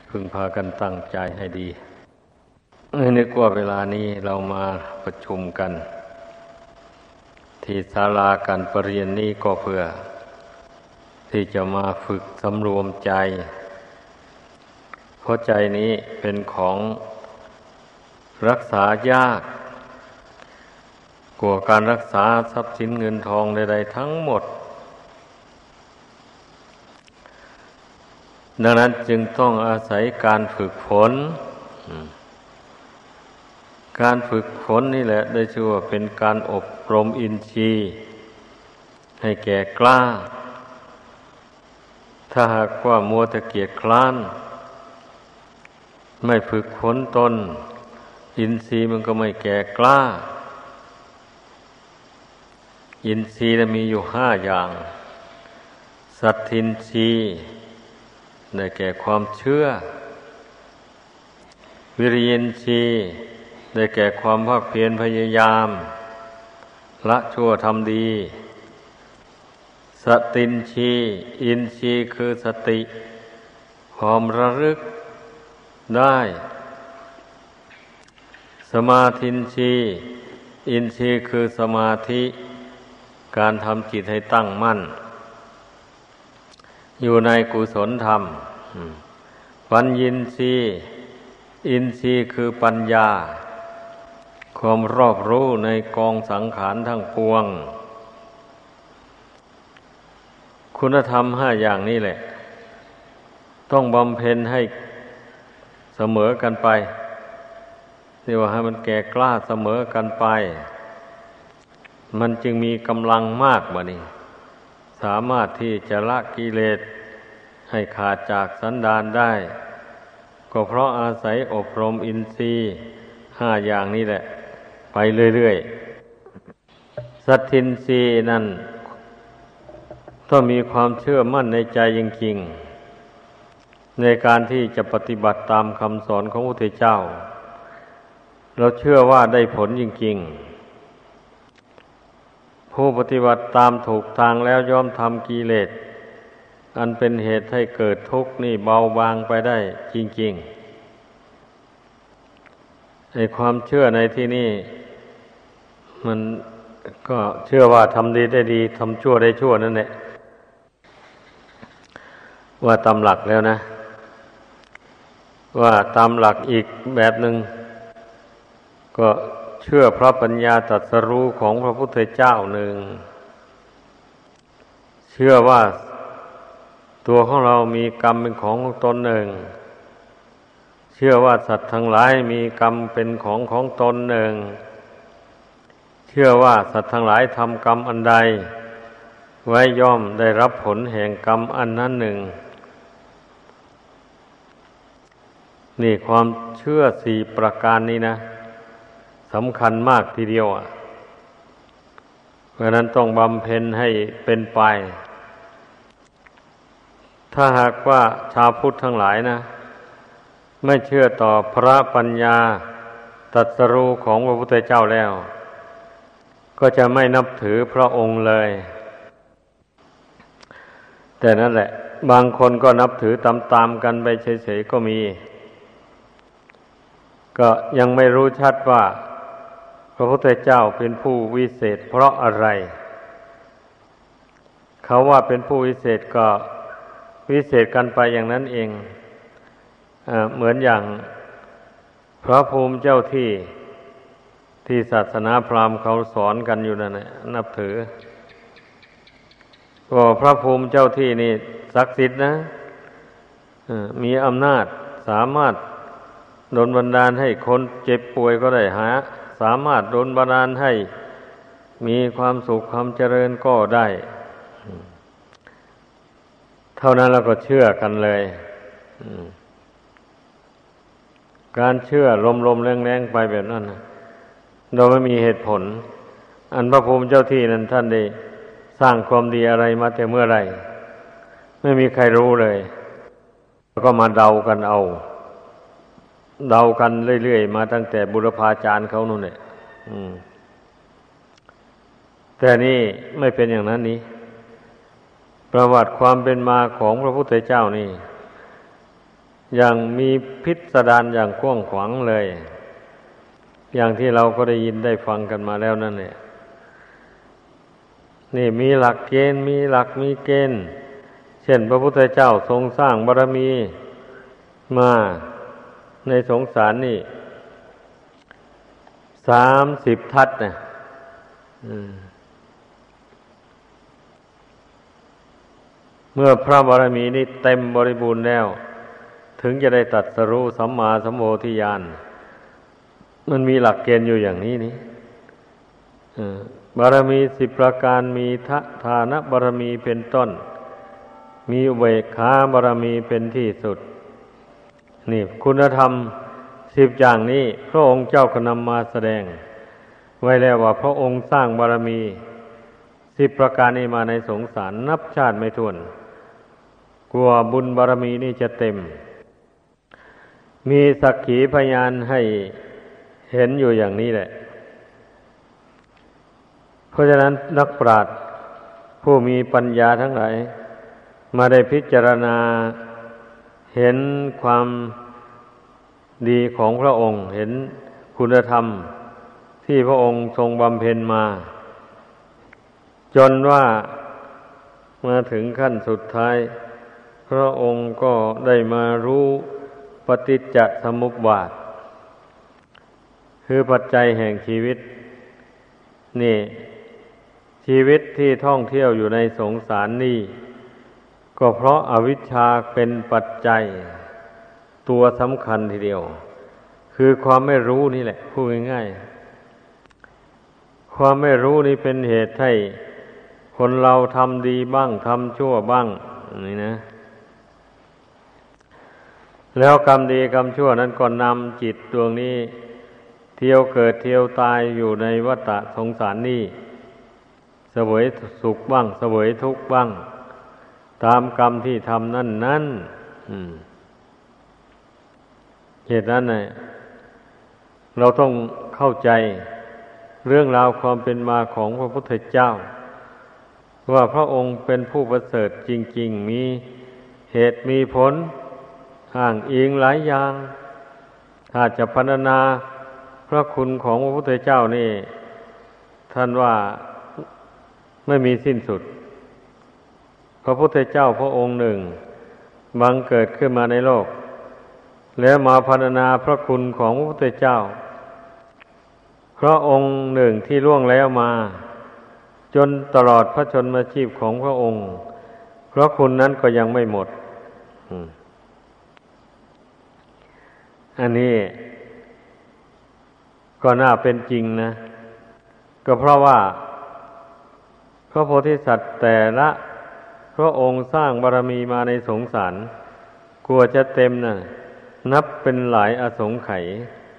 พึงพากันตั้งใจให้ดีนึกว่าเวลานี้เรามาประชุมกันที่ศาลาการประเรียนนี้ก็เพื่อที่จะมาฝึกสำรวมใจเพราะใจนี้เป็นของรักษายากกว่าการรักษาทรัพย์สินเงินทองใดๆทั้งหมดดังนั้นจึงต้องอาศัยการฝึกฝนการฝึกฝนนี่แหละได้ชื่อว่าเป็นการอบรมอินทรีย์ให้แก่กล้าถ้าหากว่ามัวแต่เกียจคร้านไม่ฝึกฝนตนอินทรีย์มันก็ไม่แก่กล้าอินทรีย์มีอยู่5อย่างสัตทินทรีย์ได้แก่ความเชื่อวิริยินทรีย์ได้แก่ความภาคเพียรพยายามละชั่วทำดีสตินทรีย์อินทรีย์คือสติความระลึกได้สมาธินทรีย์อินทรีย์คือสมาธิการทำจิตให้ตั้งมั่นอยู่ในกุศลธรรมปัญญินทรีย์อินทรีย์คือปัญญาความรอบรู้ในกองสังขารทั้งปวงคุณธรรม5อย่างนี้แหละต้องบำเพ็ญให้เสมอกันไปเรียกว่าให้มันแก่กล้าเสมอกันไปมันจึงมีกำลังมากบัดนี้สามารถที่จะละกิเลสให้ขาดจากสันดานได้ก็เพราะอาศัยอบรมอินทรีย์5อย่างนี้แหละไปเรื่อยๆสัตทินทรีย์นั่นต้องมีความเชื่อมั่นในใจจริงๆในการที่จะปฏิบัติตามคำสอนของพระพุทธเจ้าเราเชื่อว่าได้ผลจริงๆผู้ปฏิบัติตามถูกทางแล้วย่อมทำกิเลสอันเป็นเหตุให้เกิดทุกข์นี่เบาบางไปได้จริงๆในความเชื่อในที่นี่มันก็เชื่อว่าทำดีได้ดีทำชั่วได้ชั่วนั่นแหละว่าตามหลักแล้วนะว่าตามหลักอีกแบบหนึ่งก็เชื่อพระปัญญาตรัสรู้ของพระพุทธเจ้าหนึ่งเชื่อว่าตัวของเรามีกรรมเป็นของตนหนึ่งเชื่อว่าสัตว์ทั้งหลายมีกรรมเป็นของตนหนึ่งเชื่อว่าสัตว์ทั้งหลายทำกรรมอันใดไว้ย่อมได้รับผลแห่งกรรมอันนั้นหนึ่งนี่ความเชื่อ4ประการนี้นะสำคัญมากทีเดียวเพราะนั้นต้องบำเพ็ญให้เป็นไปถ้าหากว่าชาวพุทธทั้งหลายนะไม่เชื่อต่อพระปัญญาตรัสรู้ของพระพุทธเจ้าแล้วก็จะไม่นับถือพระองค์เลยแต่นั่นแหละบางคนก็นับถือตามๆกันไปเฉยๆก็มีก็ยังไม่รู้ชัดว่าพระพุทธเจ้าเป็นผู้วิเศษเพราะอะไรเขาว่าเป็นผู้วิเศษก็วิเศษกันไปอย่างนั้นเองเหมือนอย่างพระภูมิเจ้าที่ศาสนาพราหมณ์เขาสอนกันอยู่นั่นแหละนับถือก็พระภูมิเจ้าที่นี่ศักดิ์สิทธิ์นะมีอำนาจสามารถดลบันดาลให้คนเจ็บป่วยก็ได้หาสามารถดลบันดาลให้มีความสุขความเจริญก็ได้เท่านั้นเราก็เชื่อกันเลยการเชื่อลมๆแรงๆไปแบบนั้นโดยไม่มีเหตุผลอันพระภูมิเจ้าที่นั้นท่านได้สร้างความดีอะไรมาแต่เมื่อไรไม่มีใครรู้เลยก็มาเดากันเรื่อยๆมาตั้งแต่บุรพาจารย์เขานู่นเนี่ยแต่นี่ไม่เป็นอย่างนั้นนี้ประวัติความเป็นมาของพระพุทธเจ้านี่อย่างมีพิสดารอย่างกว้างขวางเลยอย่างที่เราก็ได้ยินได้ฟังกันมาแล้วนั่นแหละนี่มีหลักเกณฑ์มีหลักมีเกณฑ์เช่นพระพุทธเจ้าทรงสร้างบารมีมาในสงสารนี่30 ทัศน์นะเมื่อพระบารมีนี้เต็มบริบูรณ์แล้วถึงจะได้ตรัสรู้สัมมาสัมโพธิญาณมันมีหลักเกณฑ์อยู่อย่างนี้นี่บารมี10 ประการมีทานบารมีเป็นต้นมีอุเบกขาบารมีเป็นที่สุดนี่คุณธรรม10 อย่างนี้พระองค์เจ้าก็นำมาแสดงไว้แล้วว่าพระองค์สร้างบารมี10 ประการนี้มาในสงสารนับชาติไม่ถ้วนกลัวบุญบารมีนี่จะเต็มมีสักขีพยานให้เห็นอยู่อย่างนี้แหละเพราะฉะนั้นนักปราชญ์ผู้มีปัญญาทั้งหลายมาได้พิจารณาเห็นความดีของพระองค์เห็นคุณธรรมที่พระองค์ทรงบำเพ็ญมาจนว่ามาถึงขั้นสุดท้ายพระองค์ก็ได้มารู้ปฏิจจสมุปบาทคือปัจจัยแห่งชีวิตนี่ชีวิตที่ท่องเที่ยวอยู่ในสงสารนี่ก็เพราะอวิชชาเป็นปัจจัยตัวสำคัญทีเดียวคือความไม่รู้นี่แหละพูดง่ายๆความไม่รู้นี่เป็นเหตุให้คนเราทำดีบ้างทำชั่วบ้างนี่นะแล้วกรรมดีกรรมชั่วนั้นก็นำจิตดวงนี้เที่ยวเกิดเที่ยวตายอยู่ในวัฏสงสารนี้เสวยสุขบ้างเสวยทุกข์บ้างตามกรรมที่ทำนั่นเหตุนั้นน่ะเราต้องเข้าใจเรื่องราวความเป็นมาของพระพุทธเจ้าว่าพระองค์เป็นผู้ประเสริฐจริงๆมีเหตุมีผลอ้างอิงหลายอย่างถ้าจะพรรณนาพระคุณของพระพุทธเจ้านี่ท่านว่าไม่มีสิ้นสุดพระพุทธเจ้าพระองค์หนึ่งบังเกิดขึ้นมาในโลกแล้วมาพรรณนาพระคุณของพระพุทธเจ้าพระองค์หนึ่งที่ล่วงแล้วมาจนตลอดพระชนมาชีพของพระองค์เพราะคุณนั้นก็ยังไม่หมดอันนี้ก็น่าเป็นจริงนะก็เพราะว่าพระโพธิสัตว์แต่ละพระองค์สร้างบารมีมาในสงสารกลัวจะเต็มนะนับเป็นหลายอสงไขย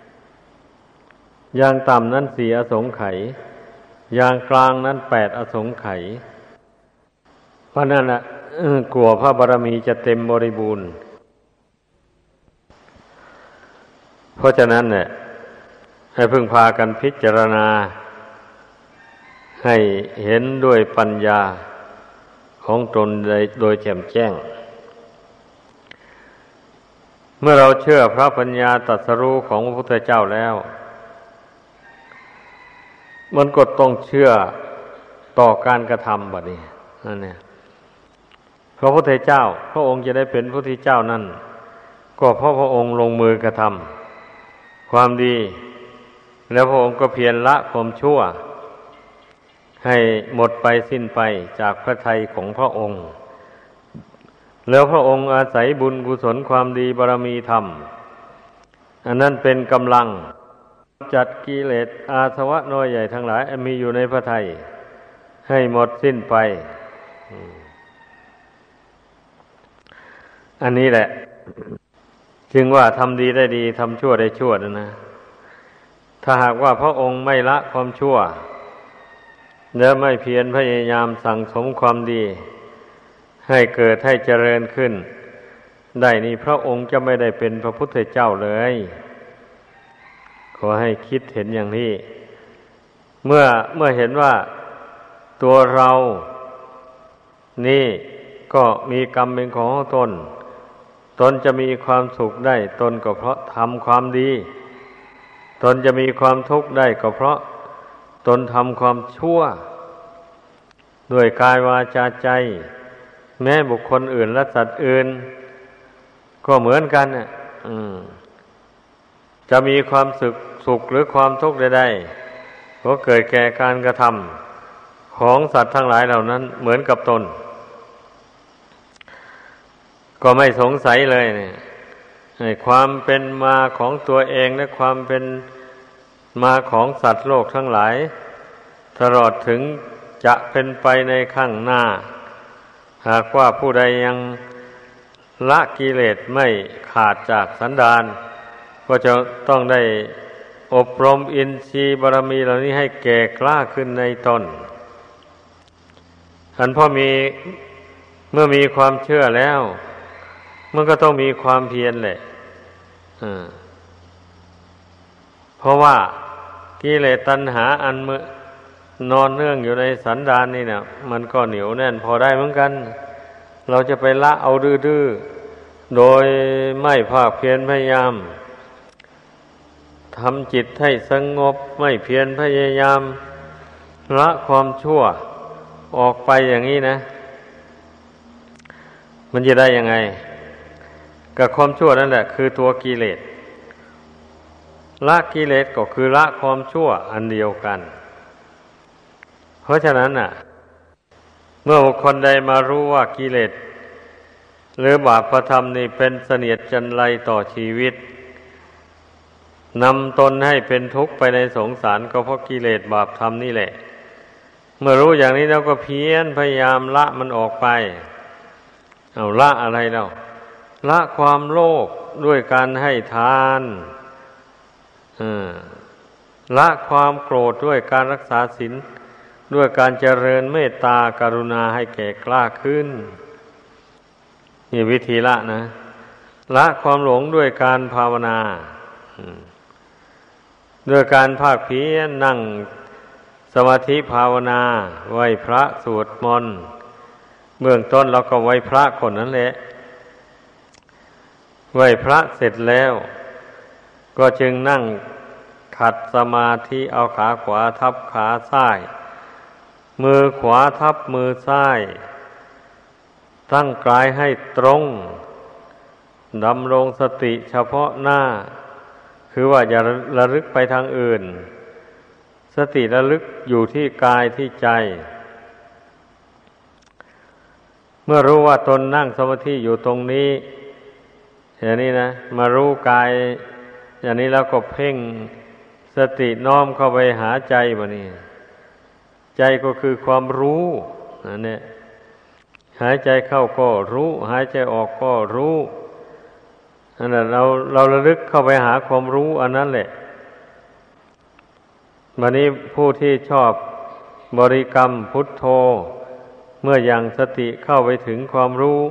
อย่างต่ำนั้น4 อสงไขยอย่างกลางนั้น8 อสงไขยเพราะนั้นนะกลัวพระบารมีจะเต็มบริบูรณ์เพราะฉะนั้นเนี่ยให้พึงพากันพิจารณาให้เห็นด้วยปัญญาของตนโดยแจ่มแจ้งเมื่อเราเชื่อพระปัญญาตรัสรู้ของพระพุทธเจ้าแล้วมันก็ต้องเชื่อต่อการกระทำบัดนี้นั่นเนี่ยพระพุทธเจ้าพระองค์จะได้เป็นพระพุทธเจ้านั่นก็เพราะพระองค์ลงมือกระทำความดีแล้วพระองค์ก็เพียรละความชั่วให้หมดไปสิ้นไปจากพระทัยของพระองค์แล้วพระองค์อาศัยบุญกุศลความดีบารมีธรรมอันนั้นเป็นกำลังจัดกิเลสอาสวะน้อยใหญ่ทั้งหลายมีอยู่ในพระทัยให้หมดสิ้นไปอันนี้แหละจึงว่าทำดีได้ดีทำชั่วได้ชั่วนะถ้าหากว่าพระองค์ไม่ละความชั่วและไม่เพียรพยายามสั่งสมความดีให้เกิดให้เจริญขึ้นได้นี่พระองค์จะไม่ได้เป็นพระพุทธเจ้าเลยขอให้คิดเห็นอย่างนี้เมื่อเห็นว่าตัวเรานี่ก็มีกรรมเป็นของตนตนจะมีความสุขได้ตนก็เพราะทำความดีตนจะมีความทุกข์ได้ก็เพราะตนทำความชั่วด้วยกายวาจาใจแม้บุคคลอื่นและสัตว์อื่นก็เหมือนกันน่ะจะมีความสุขหรือความทุกข์ใดๆก็เกิดแก่การกระทำของสัตว์ทั้งหลายเหล่านั้นเหมือนกับตนก็ไม่สงสัยเลยเนี่ยความเป็นมาของตัวเองและความเป็นมาของสัตว์โลกทั้งหลายตลอดถึงจะเป็นไปในข้างหน้าหากว่าผู้ใดยังละกิเลสไม่ขาดจากสันดานก็จะต้องได้อบรมอินทรีย์บารมีเหล่านี้ให้แก่กล้าขึ้นในตนเมื่อมีความเชื่อแล้วมันก็ต้องมีความเพียรแหละเพราะว่ากิเลสตัณหาอันนอนเนื่องอยู่ในสันดานนี่เนี่ยมันก็เหนียวแน่นพอได้เหมือนกันเราจะไปละเอาดื้อๆโดยไม่ภาคเพียรพยายามทำจิตให้สงบไม่เพียรพยายามละความชั่วออกไปอย่างนี้นะมันจะได้ยังไงกับความชั่วนั่นแหละคือตัวกิเลสละกิเลสก็คือละความชั่วอันเดียวกันเพราะฉะนั้นน่ะเมื่อบุคคลใดมารู้ว่ากิเลสหรือบาปธรรมนี่เป็นเสนียดจันไรต่อชีวิตนำตนให้เป็นทุกข์ไปในสงสารก็เพราะกิเลสบาปธรรมนี่แหละเมื่อรู้อย่างนี้แล้วก็เพียรพยายามละมันออกไปเอาละอะไรแล้วละความโลภด้วยการให้ทานละความโกรธด้วยการรักษาศีลด้วยการเจริญเมตตากรุณาให้แก่กล้าขึ้นนี่วิธีละนะละความหลงด้วยการภาวนาด้วยการภาคเพียรนั่งสมาธิภาวนาไหว้พระสวดมนต์เบื้องต้นเราก็ไหว้พระคนนั้นแหละไหว้พระเสร็จแล้วก็จึงนั่งขัดสมาธิเอาขาขวาทับขาซ้ายมือขวาทับมือซ้ายตั้งกายให้ตรงดำรงสติเฉพาะหน้าคือว่าอย่าระลึกไปทางอื่นสติระลึกอยู่ที่กายที่ใจเมื่อรู้ว่าตนนั่งสมาธิอยู่ตรงนี้อย่างนี้นะมารู้กายอย่างนี้แล้วก็เพ่งสติน้อมเข้าไปหาใจบ่นี่ใจก็คือความรู้นั่นแหละหายใจเข้าก็รู้หายใจออกก็รู้นั่นแหละเราระลึกเข้าไปหาความรู้อันนั้นแหละวันนี้ผู้ที่ชอบบริกรรมพุทโธเมื่อยังสติเข้าไปถึงความรู้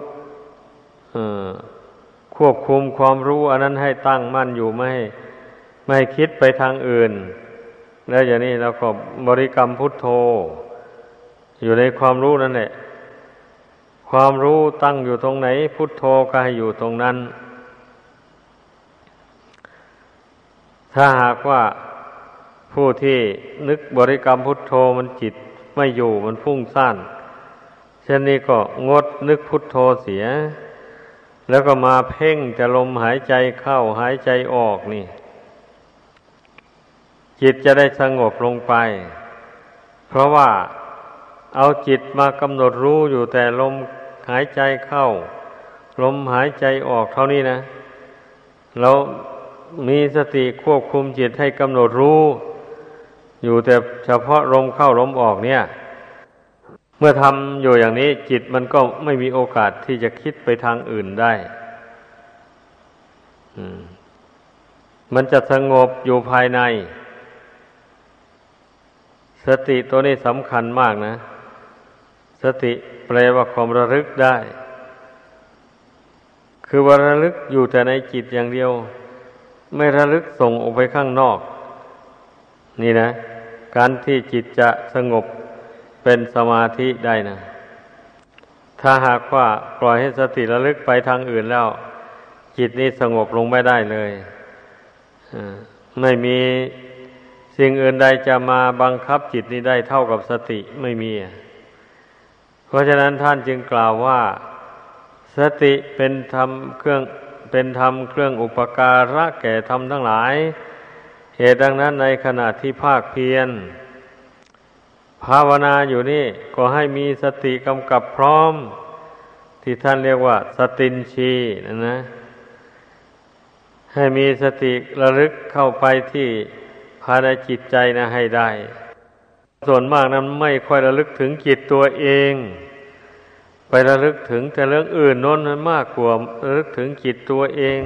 ควบคุมความรู้อันนั้นให้ตั้งมั่นอยู่ไม่คิดไปทางอื่นแล้วอย่างนี้เราก็บริกรรมพุทโธอยู่ในความรู้นั่นแหละความรู้ตั้งอยู่ตรงไหนพุทโธก็ให้อยู่ตรงนั้นถ้าหากว่าผู้ที่นึกบริกรรมพุทโธมันจิตไม่อยู่มันฟุ้งซ่านเช่นนี้ก็งดนึกพุทโธเสียแล้วก็มาเพ่งแต่ลมหายใจเข้าหายใจออกนี่จิตจะได้สงบลงไปเพราะว่าเอาจิตมากำหนดรู้อยู่แต่ลมหายใจเข้าลมหายใจออกเท่านี้นะเรามีสติควบคุมจิตให้กำหนดรู้อยู่แต่เฉพาะลมเข้าลมออกเนี่ยเมื่อทำอยู่อย่างนี้จิตมันก็ไม่มีโอกาสที่จะคิดไปทางอื่นได้มันจะสงบอยู่ภายในสติตัวนี้สำคัญมากนะสติแปลว่าความระลึกได้คือว่าระลึกอยู่แต่ในจิตอย่างเดียวไม่ระลึกส่งออกไปข้างนอกนี่นะการที่จิตจะสงบเป็นสมาธิได้นะถ้าหากว่าปล่อยให้สติระลึกไปทางอื่นแล้วจิตนี้สงบลงไม่ได้เลยไม่มีสิ่งอื่นใดจะมาบังคับจิตนี้ได้เท่ากับสติไม่มีเพราะฉะนั้นท่านจึงกล่าวว่าสติเป็นธรรมเครื่องอุปการะแก่ธรรมทั้งหลายเหตุดังนั้นในขณะที่ภาคเพียรภาวนาอยู่นี่ก็ให้มีสติกำกับพร้อมที่ท่านเรียกว่าสตินชีนะให้มีสติระลึกเข้าไปที่ภายในจิตใจนะให้ได้ส่วนมากนั้นไม่ค่อยระลึกถึงจิตตัวเองไประลึกถึงแต่เรื่องอื่นโน้นมากกว่าระลึกถึงจิตตัวเอง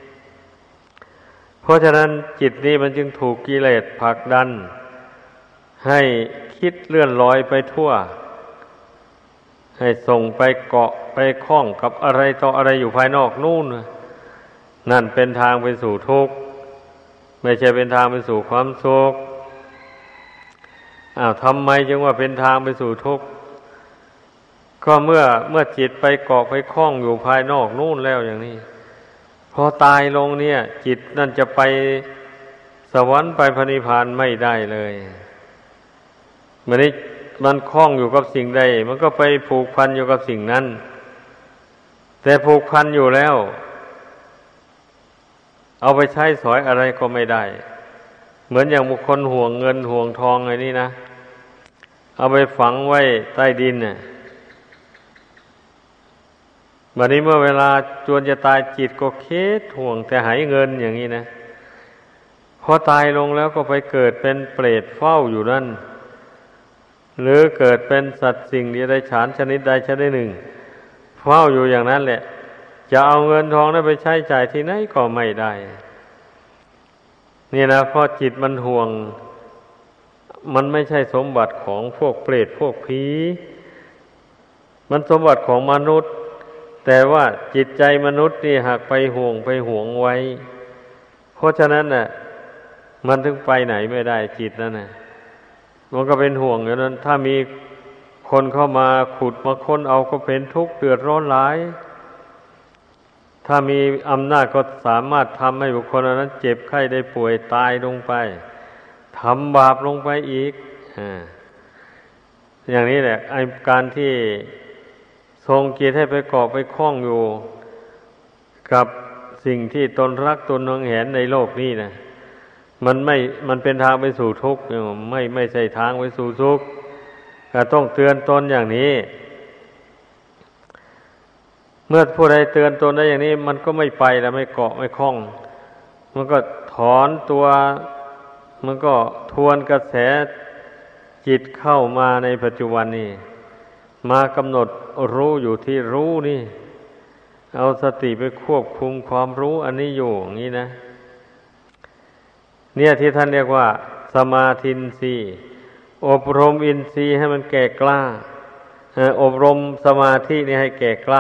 เพราะฉะนั้นจิตนี้มันจึงถูกกิเลสผลักดันให้คิดเลื่อนลอยไปทั่วให้ส่งไปเกาะไปคล้องกับอะไรต่ออะไรอยู่ภายนอกนู่นนั่นเป็นทางไปสู่ทุกข์ไม่ใช่เป็นทางไปสู่ความสุขทำไมจึงว่าเป็นทางไปสู่ทุกข์ก็เมื่อจิตไปเกาะไปคล้องอยู่ภายนอกนู่นแล้วอย่างนี้พอตายลงเนี่ยจิตนั่นจะไปสวรรค์ไปพระนิพพานไม่ได้เลยมันคล้องอยู่กับสิ่งใดมันก็ไปผูกพันอยู่กับสิ่งนั้นแต่ผูกพันอยู่แล้วเอาไปใช้สอยอะไรก็ไม่ได้เหมือนอย่างบุคคลห่วงเงินห่วงทองไงนี่นะเอาไปฝังไว้ใต้ดินน่ะบัดนี้เมื่อเวลาจวนจะตายจิตก็คิดห่วงแต่หายเงินอย่างนี้นะพอตายลงแล้วก็ไปเกิดเป็นเปรตเฝ้าอยู่นั่นหรือเกิดเป็นสัตว์สิ่งเดรัจฉานชนิดใดชนิดหนึ่งเฝ้าอยู่อย่างนั้นแหละจะเอาเงินทองนั้นไปใช้จ่ายที่ไหนก็ไม่ได้นี่นะเพราะจิตมันห่วงมันไม่ใช่สมบัติของพวกเปรตพวกผีมันสมบัติของมนุษย์แต่ว่าจิตใจมนุษย์นี่หากไปห่วงไว้เพราะฉะนั้นน่ะมันถึงไปไหนไม่ได้จิตนั่นน่ะมันก็เป็นห่วงอย่างนั้นถ้ามีคนเข้ามาขุดมาค้นเอาก็เป็นทุกข์เดือดร้อนหลายถ้ามีอำนาจก็สามารถทำให้บุคคลนั้นเจ็บไข้ได้ป่วยตายลงไปทำบาปลงไปอีกอย่างนี้แหละไอ้การที่ทรงจิตให้ไปเกาะไปคล้องอยู่กับสิ่งที่ตนรักตนหวงแหนในโลกนี้นะมันเป็นทางไปสู่ทุกข์ไม่ใช่ทางไปสู่สุขก็ต้องเตือนตนอย่างนี้เมื่อผู้ใดเตือนตนได้อย่างนี้มันก็ไม่ไปแล้วไม่เกาะไม่คล้องมันก็ถอนตัวมันก็ทวนกระแสจิตเข้ามาในปัจจุบันนี้มากำหนดรู้อยู่ที่รู้นี่เอาสติไปควบคุมความรู้อันนี้อยู่อย่างนี้นะเนี่ยที่ท่านเรียกว่าสมาธินทรีย์อบรมอินทรีย์ให้มันแก่กล้าอบรมสมาธินี่ให้แก่กล้า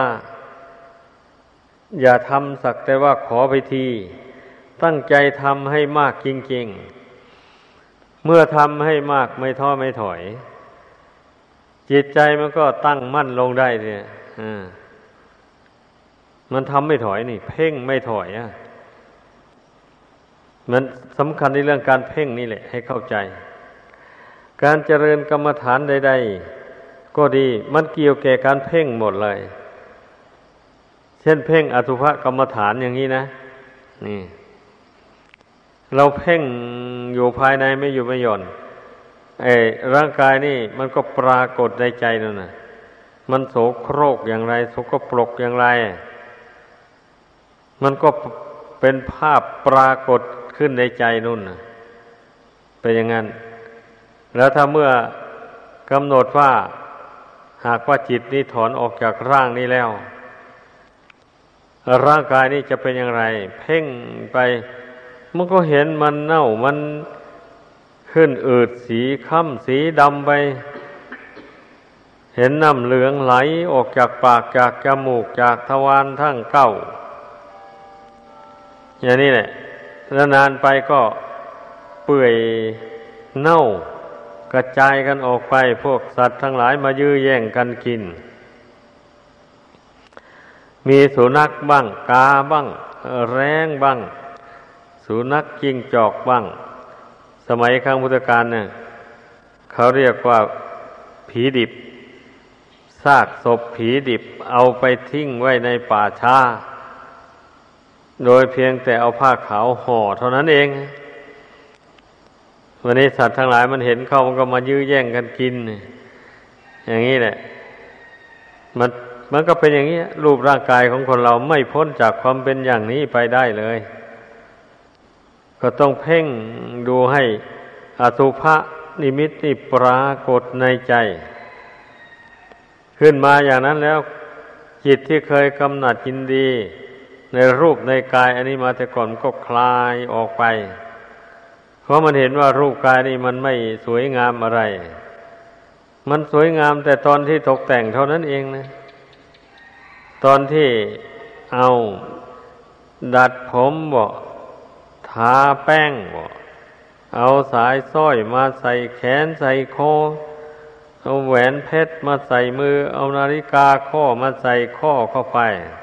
อย่าทำสักแต่ว่าขอไปทีตั้งใจทำให้มากจริงๆเมื่อทำให้มากไม่ท้อไม่ถอยจิตใจมันก็ตั้งมั่นลงได้เนี่ยมันทำไม่ถอยนี่เพ่งไม่ถอยมันสำคัญในเรื่องการเพ่งนี่แหละให้เข้าใจการเจริญกรรมฐานใดๆก็ดีมันเกี่ยวแก่การเพ่งหมดเลยเช่นเพ่งอสุภกรรมฐานอย่างนี้นะนี่เราเพ่งอยู่ภายในไม่อยู่ไม่หย่อนร่างกายนี่มันก็ปรากฏในใจนั่นน่ะมันโสโครกอย่างไรสกปรกอย่างไรมันก็เป็นภาพปรากฏขึ้นในใจนู่นน่ะเป็นอย่างนั้นแล้วถ้าเมื่อกำหนดว่าหากว่าจิตนี้ถอนออกจากร่างนี้แล้วร่างกายนี้จะเป็นอย่างไรเพ่งไปมันก็เห็นมันเน่ามันขึ้นอืดสีค้ำสีดำไปเห็นน้ำเหลืองไหลออกจากปากจากจมูกจากทวารทั้งเก้าอย่างนี้แหละแล้วนานไปก็เปื่อยเน่ากระจายกันออกไปพวกสัตว์ทั้งหลายมายื้อแย่งกันกินมีสุนัขบ้างกาบ้างแร้งบ้างสุนัขจิ้งจอกบ้างสมัยครั้งพุทธกาลเนี่ยเขาเรียกว่าผีดิบซากศพผีดิบเอาไปทิ้งไว้ในป่าช้าโดยเพียงแต่เอาผ้าขาวห่อเท่านั้นเองวันนี้สัตว์ทั้งหลายมันเห็นเข้ามันก็มายื้อแย่งกันกินอย่างนี้แหละมันก็เป็นอย่างนี้รูปร่างกายของคนเราไม่พ้นจากความเป็นอย่างนี้ไปได้เลยก็ต้องเพ่งดูให้อสุภนิมิตนี่ปรากฏในใจขึ้นมาอย่างนั้นแล้วจิตที่เคยกำหนัดยินดีในรูปในกายอันนี้มาแต่ก่อนก็คลายออกไปเพราะมันเห็นว่ารูปกายนี่มันไม่สวยงามอะไรมันสวยงามแต่ตอนที่ตกแต่งเท่านั้นเองนะตอนที่เอาดัดผมบ่ทาแป้งบ่เอาสายสร้อยมาใส่แขนใส่คอเอาแหวนเพชรมาใส่มือเอานาฬิกาข้อมาใส่ข้อเข้าไป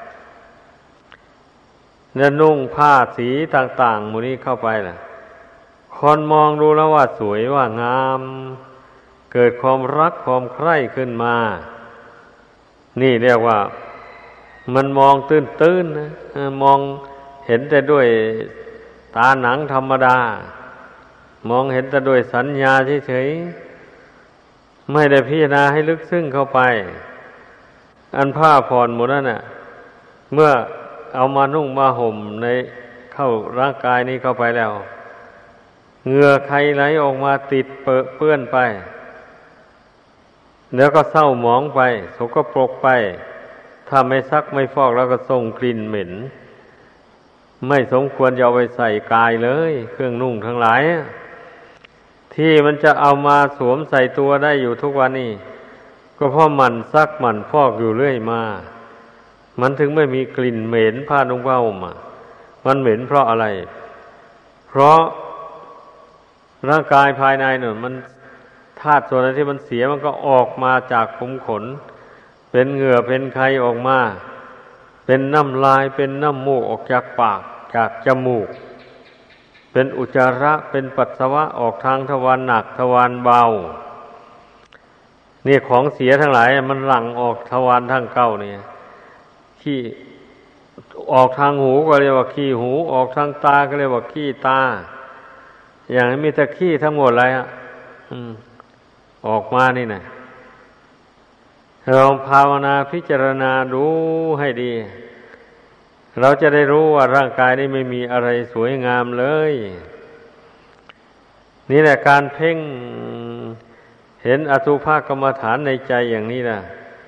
เนี่ยนุ่งผ้าสีต่างๆหมู่นี้เข้าไปล่ะคนมองดูแล้วว่าสวยว่างามเกิดความรักความใคร่ขึ้นมานี่เรียกว่ามันมองตื้นๆนะมองเห็นแต่ด้วยตาหนังธรรมดามองเห็นแต่ด้วยสัญญาเฉยๆไม่ได้พิจารณาให้ลึกซึ้งเข้าไปอันผ้าผ่อนหมดนั่นน่ะเมื่อเอามานุ่งมาห่มในเข้าร่างกายนี้เข้าไปแล้วเหงื่อใครไหลออกมาติดเปื้อนไปแล้วก็เศร้าหมองไปสกปรกไปถ้าไม่ซักไม่ฟอกแล้วก็ส่งกลิ่นเหม็นไม่สมควรจะเอาไปใส่กายเลยเครื่องนุ่งทั้งหลายที่มันจะเอามาสวมใส่ตัวได้อยู่ทุกวันนี้ก็เพราะมันซักมันฟอกอยู่เรื่อยมามันถึงไม่มีกลิ่นเหม็นผ้านุ่งผ้าห่มมันเหม็นเพราะอะไรเพราะร่างกายภายในเนี่ยมันธาตุส่วนไหนที่มันเสียมันก็ออกมาจากขุมขนเป็นเหงื่อเป็นไขออกมาเป็นน้ำลายเป็นน้ำมูกออกจากปากจากจมูกเป็นอุจจาระเป็นปัสสาวะออกทางทวารหนักทวารเบานี่ของเสียทั้งหลายมันหลั่งออกทวารทั้งเก้านี่ขี้ออกทางหูก็เรียกว่าขี้หูออกทางตาก็เรียกว่าขี้ตาอย่างนี้มีแต่ขี้ทั้งหมดเลยออกมานี่นะเราภาวนาพิจารณาดูให้ดีเราจะได้รู้ว่าร่างกายนี้ไม่มีอะไรสวยงามเลยนี่แหละการเพ่งเห็นอสุภกรรมฐานในใจอย่างนี้นะ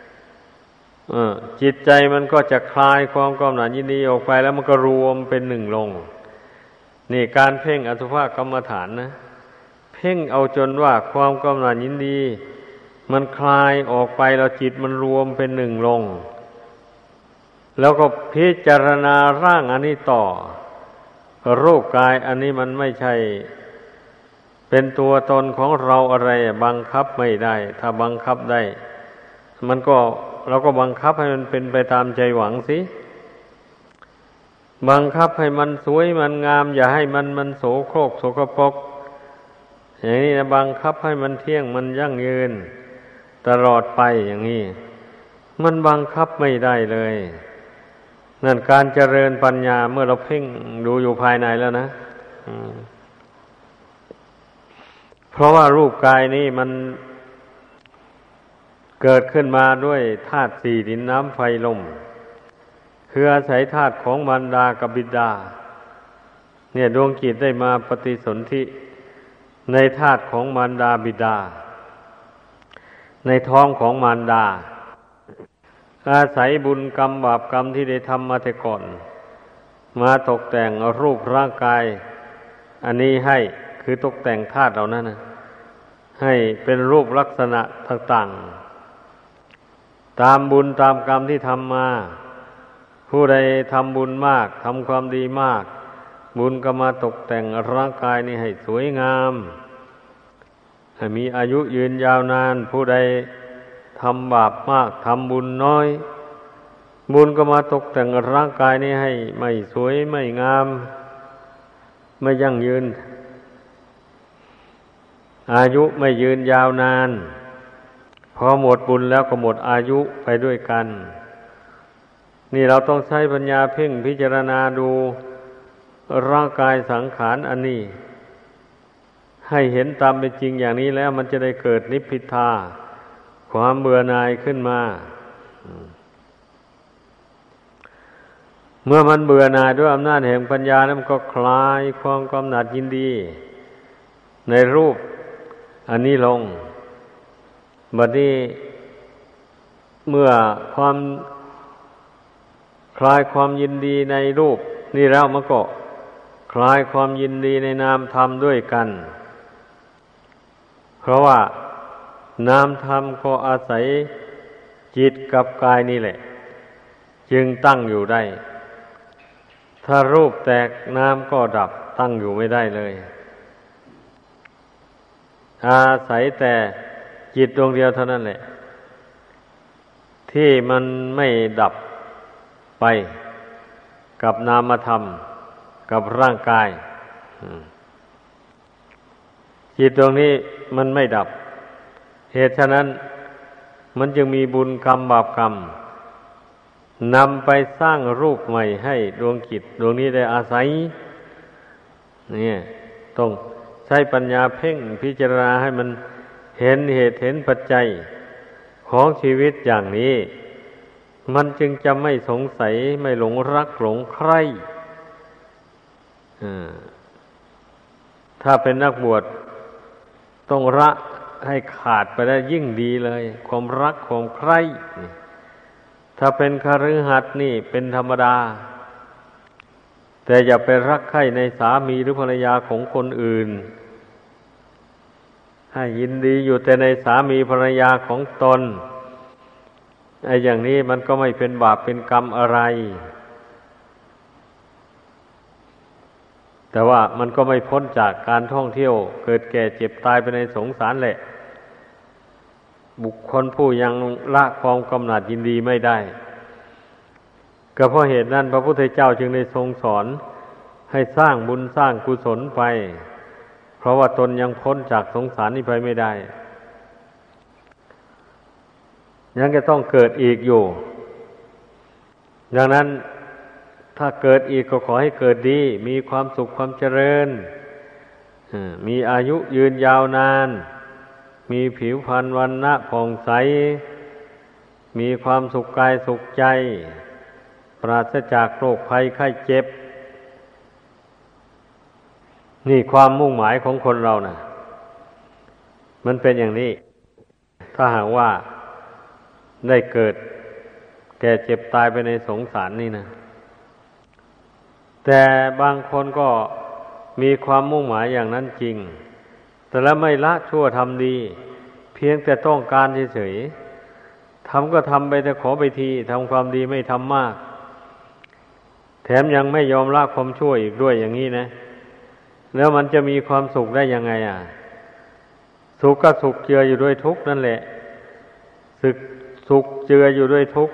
จิตใจมันก็จะคลายความกำหนัดยินดีออกไปแล้วมันก็รวมเป็นหนึ่งลงนี่การเพ่งอสุภกรรมฐานนะเพ่งเอาจนว่าความกำหนัดยินดีมันคลายออกไปแล้วจิตมันรวมเป็นหนึ่งลงแล้วก็พิจารณาร่างอันนี้ต่อรูปกายอันนี้มันไม่ใช่เป็นตัวตนของเราอะไรบังคับไม่ได้ถ้าบังคับได้มันก็เราก็บังคับให้มันเป็นไปตามใจหวังสิบังคับให้มันสวยมันงามอย่าให้มันโสโครกโสกปรกอย่างนี้นะบังคับให้มันเที่ยงมันยั่งยืนตลอดไปอย่างนี้มันบังคับไม่ได้เลยนั่นการเจริญปัญญาเมื่อเราเพ่งดูอยู่ภายในแล้วนะเพราะว่ารูปกายนี้มันเกิดขึ้นมาด้วยธาตุสี่ดินน้ำไฟลมคืออาศัยธาตุของมารดากับบิดาเนี่ยดวงจิตได้มาปฏิสนธิในธาตุของมารดาบิดาในท้องของมารดาอาศัยบุญกรรมบาปกรรมที่ได้ทำมาแต่ก่อนมาตกแต่งรูปร่างกายอันนี้ให้คือตกแต่งธาตุเหล่านั้นนะให้เป็นรูปลักษณะต่างๆตามบุญตามกรรมที่ทำมาผู้ใดทำบุญมากทำความดีมากบุญก็มาตกแต่งร่างกายนี้ให้สวยงามให้มีอายุยืนยาวนานผู้ใดทำบาปมากทำบุญน้อยบุญก็มาตกแต่งร่างกายนี้ให้ไม่สวยไม่งามไม่ยั่งยืนอายุไม่ยืนยาวนานพอหมดบุญแล้วก็หมดอายุไปด้วยกันนี่เราต้องใช้ปัญญาเพ่งพิจารณาดูร่างกายสังขารอันนี้ให้เห็นตามเป็นจริงอย่างนี้แล้วมันจะได้เกิดนิพพิทาความเบื่อหน่ายขึ้นมาเมื่อมันเบื่อหน่ายด้วยอำนาจแห่งปัญญานั้นมันก็คลายความกำหนัดยินดีในรูปอันนี้ลงบัดนี้เมื่อความคลายความยินดีในรูปนี่แล้วมันก็คลายความยินดีในนามธรรมด้วยกันเพราะว่านามธรรมก็อาศัยจิตกับกายนี่แหละจึงตั้งอยู่ได้ถ้ารูปแตกนามก็ดับตั้งอยู่ไม่ได้เลยอาศัยแต่จิตดวงเดียวเท่านั้นแหละที่มันไม่ดับไปกับนามธรรมกับร่างกายจิตดวงนี้มันไม่ดับเหตุฉะนั้นมันจึงมีบุญกรรมบาปกรรมนำไปสร้างรูปใหม่ให้ดวงจิตดวงนี้ได้อาศัยเนี่ยต้องใช้ปัญญาเพ่งพิจารณาให้มันเห็นเหตุเห็นปัจจัยของชีวิตอย่างนี้มันจึงจะไม่สงสัยไม่หลงรักหลงใคร่ถ้าเป็นนักบวชต้องละให้ขาดไปได้ยิ่งดีเลยความรักความใคร่ถ้าเป็นคฤหัสถ์นี่เป็นธรรมดาแต่อย่าไปรักใคร่ในสามีหรือภรรยาของคนอื่นให้ยินดีอยู่แต่ในสามีภรรยาของตนไอ้อย่างนี้มันก็ไม่เป็นบาปเป็นกรรมอะไรแต่ว่ามันก็ไม่พ้นจากการท่องเที่ยวเกิดแก่เจ็บตายไปในสงสารแหละบุคคลผู้ยังละความกำหนัดยินดีไม่ได้ก็เพราะเหตุนั้นพระพุทธเจ้าจึงได้ทรงสอนให้สร้างบุญสร้างกุศลไปเพราะว่าตนยังพ้นจากสงสารนี้ไปไม่ได้ยังจะต้องเกิดอีกอยู่ดังนั้นถ้าเกิดอีกก็ขอให้เกิดดีมีความสุขความเจริญมีอายุยืนยาวนานมีผิวพรรณวรรณะผ่องใสมีความสุขกายสุขใจปราศจากโรคภัยไข้เจ็บนี่ความมุ่งหมายของคนเราน่ะมันเป็นอย่างนี้ถ้าหากว่าได้เกิดแก่เจ็บตายไปในสงสารนี่นะแต่บางคนก็มีความมุ่งหมายอย่างนั้นจริงแต่แล้วไม่ละชั่วทำดีเพียงแต่ต้องการเฉยๆทำก็ทำไปแต่ขอไปทีทำความดีไม่ทำมากแถมยังไม่ยอมละความชั่วอีกด้วยอย่างนี้นะแล้วมันจะมีความสุขได้ยังไงสุขก็สุขเจืออยู่ด้วยทุกข์นั่นแหละสุขเจืออยู่ด้วยทุกข์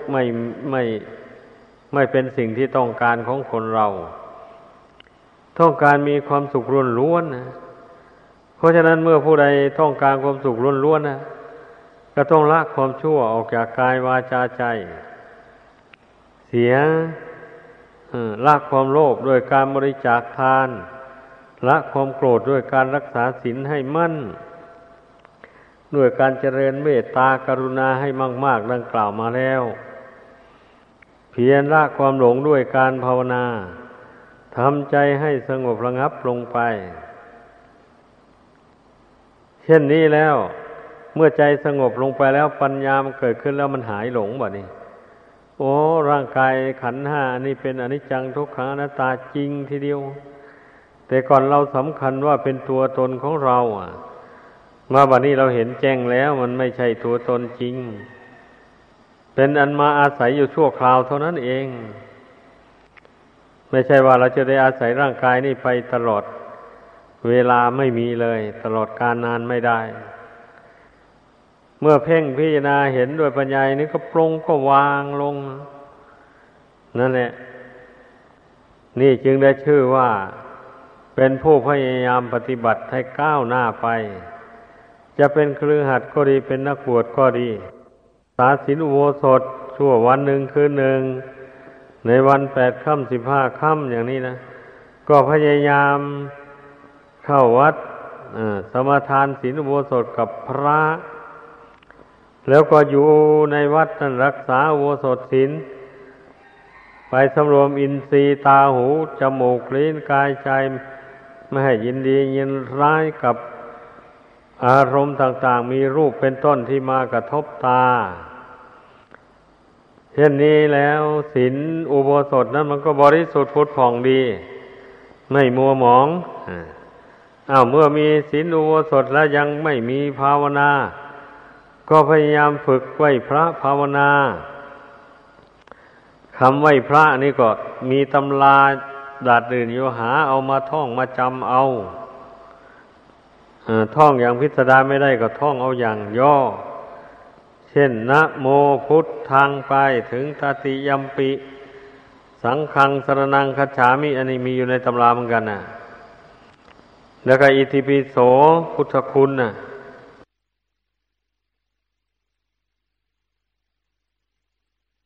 ไม่เป็นสิ่งที่ต้องการของคนเราต้องการมีความสุขล้วนๆนะเพราะฉะนั้นเมื่อผู้ใดต้องการความสุขล้วนๆนะก็ต้องละความชั่วออกจากกายวาจาใจเสียละความโลภด้วยการบริจาคทานละความโกรธด้วยการรักษาศีลให้มั่นด้วยการเจริญเมตตากรุณาให้มากๆดังกล่าวมาแล้วเพียรละความหลงด้วยการภาวนาทำใจให้สงบระงับลงไปเช่นนี้แล้วเมื่อใจสงบลงไปแล้วปัญญามันเกิดขึ้นแล้วมันหายหลงบัดนี้โอ้ร่างกายขันธ์ห้าอันนี้เป็นอนิจจังทุกขังอนัตตาจริงทีเดียวแต่ก่อนเราสำคัญว่าเป็นตัวตนของเรามาบัดนี้เราเห็นแจ้งแล้วมันไม่ใช่ตัวตนจริงเป็นอันมาอาศัยอยู่ชั่วคราวเท่านั้นเองไม่ใช่ว่าเราจะได้อาศัยร่างกายนี่ไปตลอดเวลาไม่มีเลยตลอดกาลนานไม่ได้เมื่อเพ่งพิจารณาเห็นด้วยปัญญานี้ก็ปรงก็วางลงนั่นแหละนี่จึงได้ชื่อว่าเป็นผู้พยายามปฏิบัติให้ก้าวหน้าไปจะเป็นคฤหัสถ์ก็ดีเป็นนักบวชก็ดีสาศีลอุโบสถชั่ววันหนึ่งคืนหนึ่งในวัน8 ค่ำ 15 ค่ำอย่างนี้นะก็พยายามเข้าวัดสมาทานศีลอุโบสถกับพระแล้วก็อยู่ในวัดนั้นรักษาอุโบสถศีลไปสำรวมอินทรีย์ตาหูจมูกลิ้นกายใจไม่ให้ยินดียินร้ายกับอารมณ์ต่างๆมีรูปเป็นต้นที่มากระทบตาเช่นนี้แล้วศีลอุโบสถนั้นมันก็บริสุทธิ์ผุดผ่องดีไม่มัวหมองเมื่อมีศีลอุโบสถแล้วยังไม่มีภาวนาก็พยายามฝึกไหว้พระภาวนาคำไหว้พระนี่ก็มีตำราดาษดื่นอยู่หาเอามาท่องมาจำเอาท่องอย่างพิสดารไม่ได้ก็ท่องเอาอย่างย่อเช่นนะโมพุทธังไปถึงตติยัมปิสังฆังสรณังคัจฉามิอันนี้มีอยู่ในตำราเหมือนกันนะแล้วก็อิติปิโสพุทธคุณนะ